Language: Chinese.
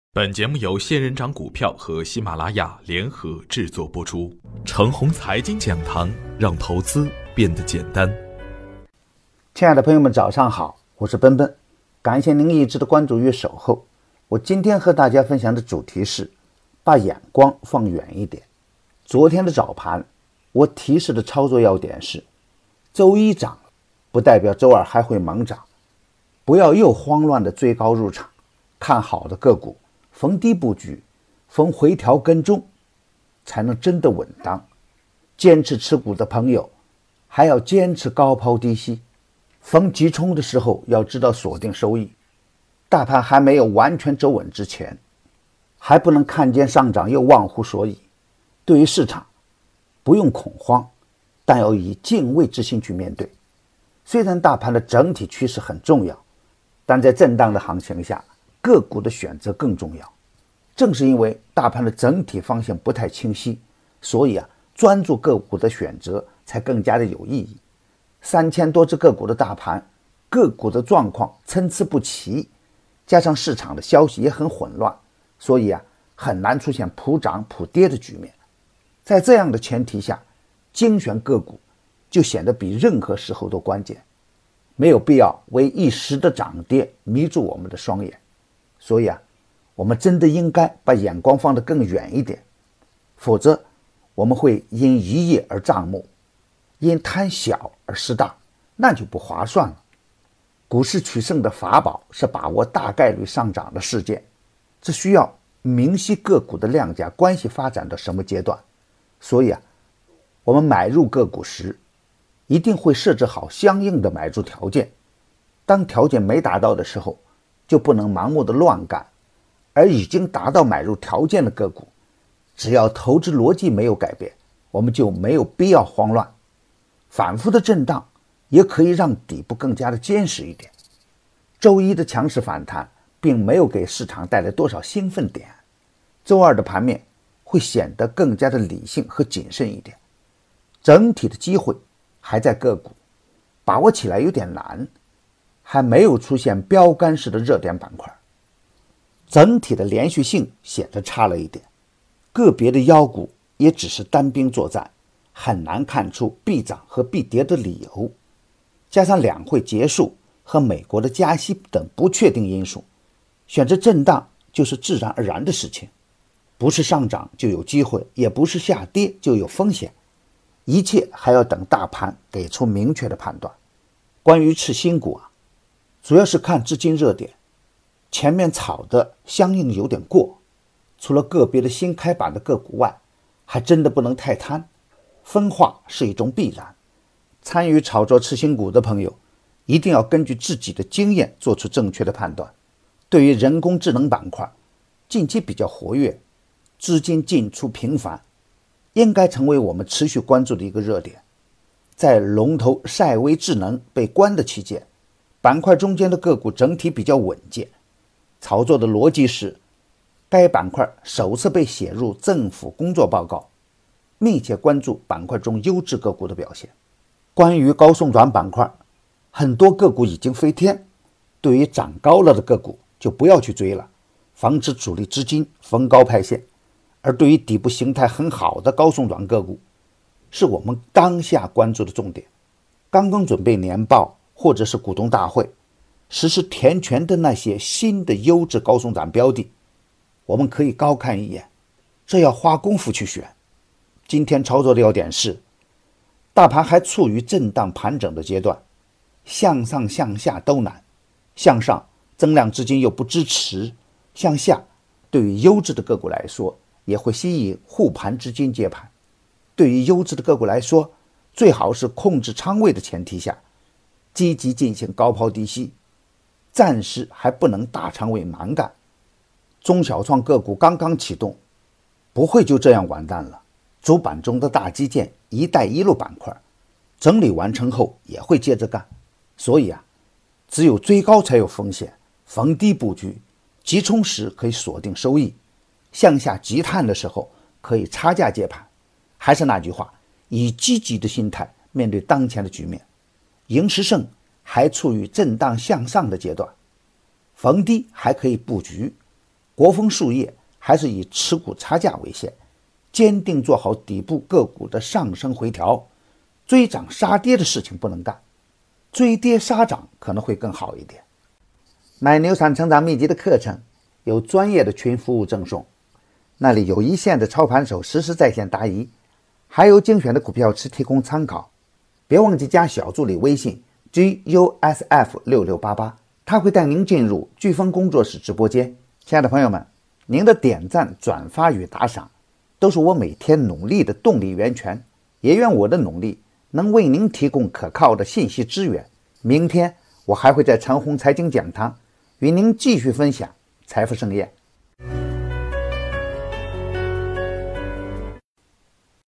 本节目由仙人掌股票和喜马拉雅联合制作播出。程红财经讲堂，让投资变得简单。 亲爱的朋友们，早上好，我是奔奔，感谢您一直的关注与守候。我今天和大家分享的主题是把眼光放远一点。昨天的早盘，我提示的操作要点是：周一涨不代表周二还会猛涨，不要又慌乱的追高入场，看好的个股逢低布局，逢回调跟踪，才能真的稳当。坚持持股的朋友还要坚持高抛低吸，逢急冲的时候要知道锁定收益。大盘还没有完全走稳之前，还不能看见上涨又忘乎所以。对于市场不用恐慌，但要以敬畏之心去面对。虽然大盘的整体趋势很重要，但在震荡的行情下，个股的选择更重要。正是因为大盘的整体方向不太清晰，所以专注个股的选择才更加的有意义。3000多只个股的大盘，个股的状况参差不齐，加上市场的消息也很混乱，所以很难出现普涨普跌的局面。在这样的前提下，精选个股就显得比任何时候都关键，没有必要为一时的涨跌迷住我们的双眼。所以我们真的应该把眼光放得更远一点，否则我们会因一叶而障目，因贪小而失大，那就不划算了。股市取胜的法宝是把握大概率上涨的事件，这需要明晰个股的量价关系发展到什么阶段。所以我们买入个股时一定会设置好相应的买入条件，当条件没达到的时候，就不能盲目的乱干。而已经达到买入条件的个股，只要投资逻辑没有改变，我们就没有必要慌乱。反复的震荡也可以让底部更加的坚实一点。周一的强势反弹并没有给市场带来多少兴奋点，周二的盘面会显得更加的理性和谨慎一点。整体的机会还在个股，把握起来有点难，还没有出现标杆式的热点板块，整体的连续性显得差了一点，个别的妖股也只是单兵作战，很难看出必涨和必跌的理由。加上两会结束和美国的加息等不确定因素，选择震荡就是自然而然的事情，不是上涨就有机会，也不是下跌就有风险，一切还要等大盘给出明确的判断。关于次新股主要是看资金热点，前面炒的相应有点过，除了个别的新开板的个股外，还真的不能太贪，分化是一种必然。参与炒作次新股的朋友一定要根据自己的经验做出正确的判断。对于人工智能板块，近期比较活跃，资金进出频繁，应该成为我们持续关注的一个热点。在龙头赛微智能被关的期间，板块中间的个股整体比较稳健。操作的逻辑是，该板块首次被写入政府工作报告，密切关注板块中优质个股的表现。关于高送转板块，很多个股已经飞天，对于涨高了的个股就不要去追了，防止主力资金逢高派现。而对于底部形态很好的高送转个股，是我们当下关注的重点。刚刚准备年报或者是股东大会，实施填权的那些新的优质高送转标的，我们可以高看一眼，这要花功夫去选。今天操作的要点是，大盘还处于震荡盘整的阶段，向上向下都难，向上增量资金又不支持，向下对于优质的个股来说也会吸引护盘资金接盘。对于优质的个股来说，最好是控制仓位的前提下，积极进行高抛低吸，暂时还不能大仓位蛮干。中小创个股刚刚启动，不会就这样完蛋了。主板中的大基建、一带一路板块整理完成后也会接着干，所以只有追高才有风险，逢低布局，急冲时可以锁定收益，向下急探的时候可以差价接盘。还是那句话，以积极的心态面对当前的局面，赢时胜还处于震荡向上的阶段，逢低还可以布局， 国风术业还是以持股差价为先，坚定做好底部个股的上升回调，追涨杀跌的事情不能干，追跌杀涨可能会更好一点。买牛散成长秘籍的课程有专业的群服务赠送，那里有一线的操盘手实时在线答疑，还有精选的股票池提供参考。别忘记加小助理微信 GUSF6688， 他会带您进入飓风工作室直播间。亲爱的朋友们，您的点赞、转发与打赏都是我每天努力的动力源泉，也愿我的努力能为您提供可靠的信息资源。明天我还会在陈红财经讲堂与您继续分享财富盛宴。